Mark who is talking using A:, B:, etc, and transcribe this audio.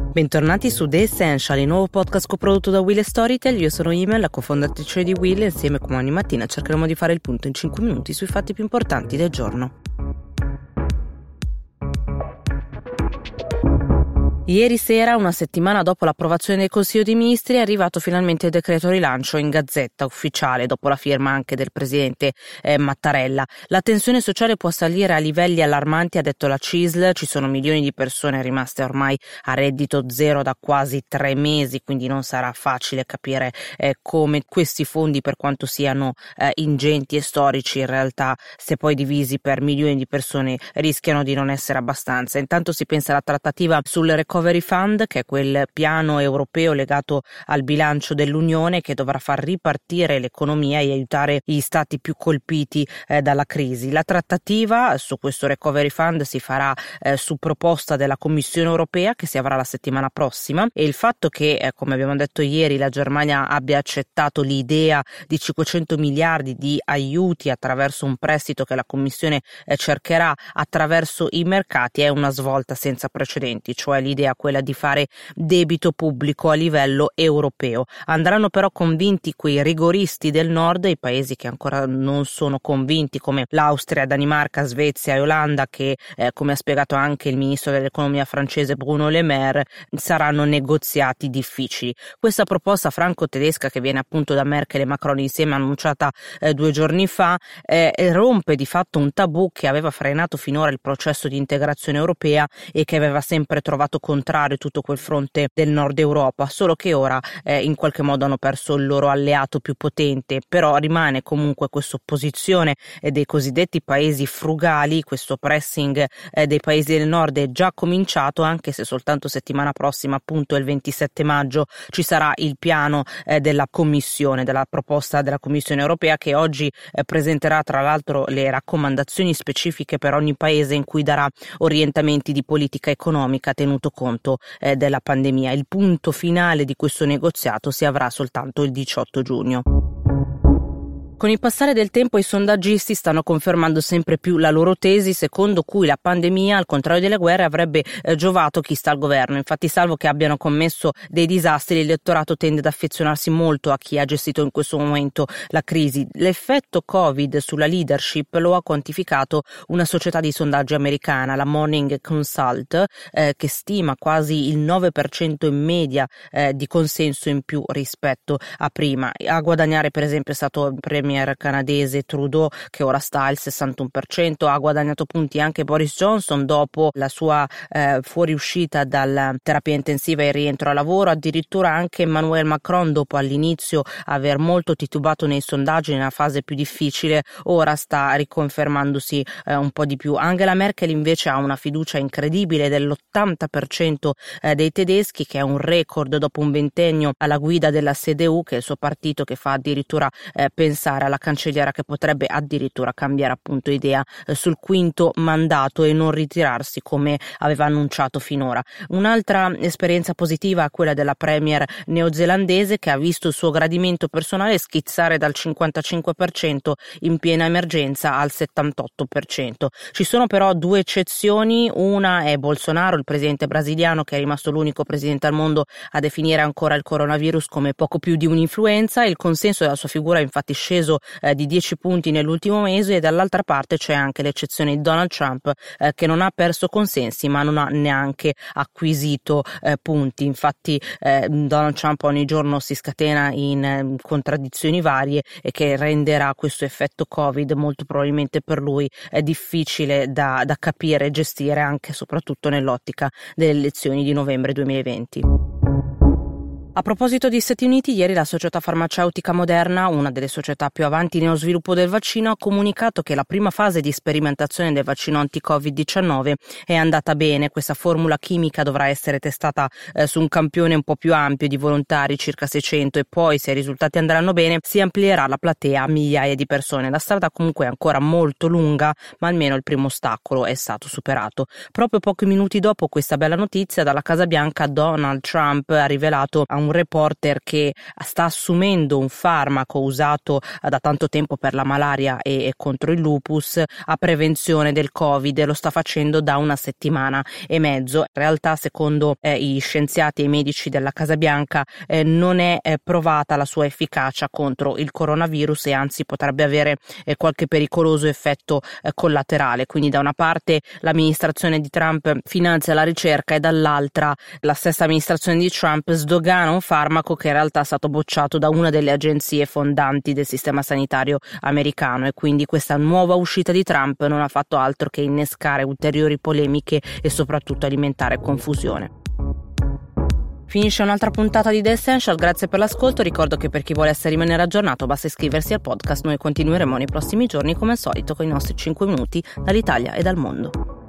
A: Bentornati su The Essential, il nuovo podcast coprodotto da Will e Storytel. Io sono Imel, la cofondatrice di Will, e insieme come ogni mattina cercheremo di fare il punto in 5 minuti sui fatti più importanti del giorno. Ieri sera, una settimana dopo l'approvazione del Consiglio dei Ministri, è arrivato finalmente il decreto rilancio in Gazzetta Ufficiale, dopo la firma anche del presidente Mattarella. La tensione sociale può salire a livelli allarmanti, ha detto la CISL. Ci sono milioni di persone rimaste ormai a reddito zero da quasi 3 mesi, quindi non sarà facile capire come questi fondi, per quanto siano ingenti e storici, in realtà, se poi divisi per milioni di persone, rischiano di non essere abbastanza. Intanto si pensa alla trattativa sul Recovery Fund, che è quel piano europeo legato al bilancio dell'Unione che dovrà far ripartire l'economia e aiutare gli stati più colpiti dalla crisi. La trattativa su questo Recovery Fund si farà su proposta della Commissione europea, che si avrà la settimana prossima, e il fatto che, come abbiamo detto ieri, la Germania abbia accettato l'idea di 500 miliardi di aiuti attraverso un prestito che la Commissione cercherà attraverso i mercati è una svolta senza precedenti, cioè l'idea quella di fare debito pubblico a livello europeo. Andranno però convinti quei rigoristi del nord, i paesi che ancora non sono convinti, come l'Austria, Danimarca, Svezia e Olanda, che come ha spiegato anche il ministro dell'economia francese Bruno Le Maire, saranno negoziati difficili. Questa proposta franco-tedesca, che viene appunto da Merkel e Macron insieme, annunciata 2 giorni fa, rompe di fatto un tabù che aveva frenato finora il processo di integrazione europea e che aveva sempre trovato contrario tutto quel fronte del nord Europa, solo che ora in qualche modo hanno perso il loro alleato più potente. Però rimane comunque questa opposizione dei cosiddetti paesi frugali. Questo pressing dei paesi del nord è già cominciato, anche se soltanto settimana prossima, appunto il 27 maggio, ci sarà il piano della Commissione, della proposta della Commissione europea, che oggi presenterà tra l'altro le raccomandazioni specifiche per ogni paese, in cui darà orientamenti di politica economica tenuto conto della pandemia. Il punto finale di questo negoziato si avrà soltanto il 18 giugno. Con il passare del tempo i sondaggisti stanno confermando sempre più la loro tesi, secondo cui la pandemia, al contrario delle guerre, avrebbe giovato chi sta al governo. Infatti, salvo che abbiano commesso dei disastri, l'elettorato tende ad affezionarsi molto a chi ha gestito in questo momento la crisi. L'effetto Covid sulla leadership lo ha quantificato una società di sondaggi americana, la Morning Consult, che stima quasi il 9% in media di consenso in più rispetto a prima. A guadagnare, per esempio, è stato il premier canadese Trudeau, che ora sta al 61%. Ha guadagnato punti anche Boris Johnson dopo la sua fuoriuscita dalla terapia intensiva e il rientro a lavoro. Addirittura anche Emmanuel Macron, dopo all'inizio aver molto titubato nei sondaggi nella fase più difficile, ora sta riconfermandosi un po' di più. Angela Merkel invece ha una fiducia incredibile dell'80% dei tedeschi, che è un record dopo un ventennio alla guida della CDU, che è il suo partito, che fa addirittura pensare alla cancelliera che potrebbe addirittura cambiare appunto idea sul 5º mandato e non ritirarsi come aveva annunciato finora. Un'altra esperienza positiva è quella della premier neozelandese, che ha visto il suo gradimento personale schizzare dal 55% in piena emergenza al 78%. Ci sono però 2 eccezioni. Una è Bolsonaro, il presidente brasiliano, che è rimasto l'unico presidente al mondo a definire ancora il coronavirus come poco più di un'influenza. Il consenso della sua figura è infatti sceso di 10 punti nell'ultimo mese, e dall'altra parte c'è anche l'eccezione di Donald Trump, che non ha perso consensi ma non ha neanche acquisito punti. Infatti Donald Trump ogni giorno si scatena in contraddizioni varie, e che renderà questo effetto Covid molto probabilmente per lui difficile da capire e gestire, anche e soprattutto nell'ottica delle elezioni di novembre 2020. A proposito degli Stati Uniti, ieri la società farmaceutica Moderna, una delle società più avanti nello sviluppo del vaccino, ha comunicato che la prima fase di sperimentazione del vaccino anti-Covid-19 è andata bene. Questa formula chimica dovrà essere testata su un campione un po' più ampio di volontari, circa 600, e poi, se i risultati andranno bene, si amplierà la platea a migliaia di persone. La strada comunque è ancora molto lunga, ma almeno il primo ostacolo è stato superato. Proprio pochi minuti dopo questa bella notizia, dalla Casa Bianca, Donald Trump ha rivelato a un reporter che sta assumendo un farmaco usato da tanto tempo per la malaria e contro il lupus a prevenzione del Covid, e lo sta facendo da 1 settimana e mezzo. In realtà, secondo i scienziati e i medici della Casa Bianca, non è provata la sua efficacia contro il coronavirus e anzi potrebbe avere qualche pericoloso effetto collaterale. Quindi da una parte l'amministrazione di Trump finanzia la ricerca e dall'altra la stessa amministrazione di Trump sdogana un farmaco che in realtà è stato bocciato da una delle agenzie fondanti del sistema sanitario americano, e quindi questa nuova uscita di Trump non ha fatto altro che innescare ulteriori polemiche e soprattutto alimentare confusione. Finisce un'altra puntata di The Essential, grazie per l'ascolto. Ricordo che per chi volesse rimanere aggiornato basta iscriversi al podcast. Noi continueremo nei prossimi giorni come al solito con i nostri 5 minuti dall'Italia e dal mondo.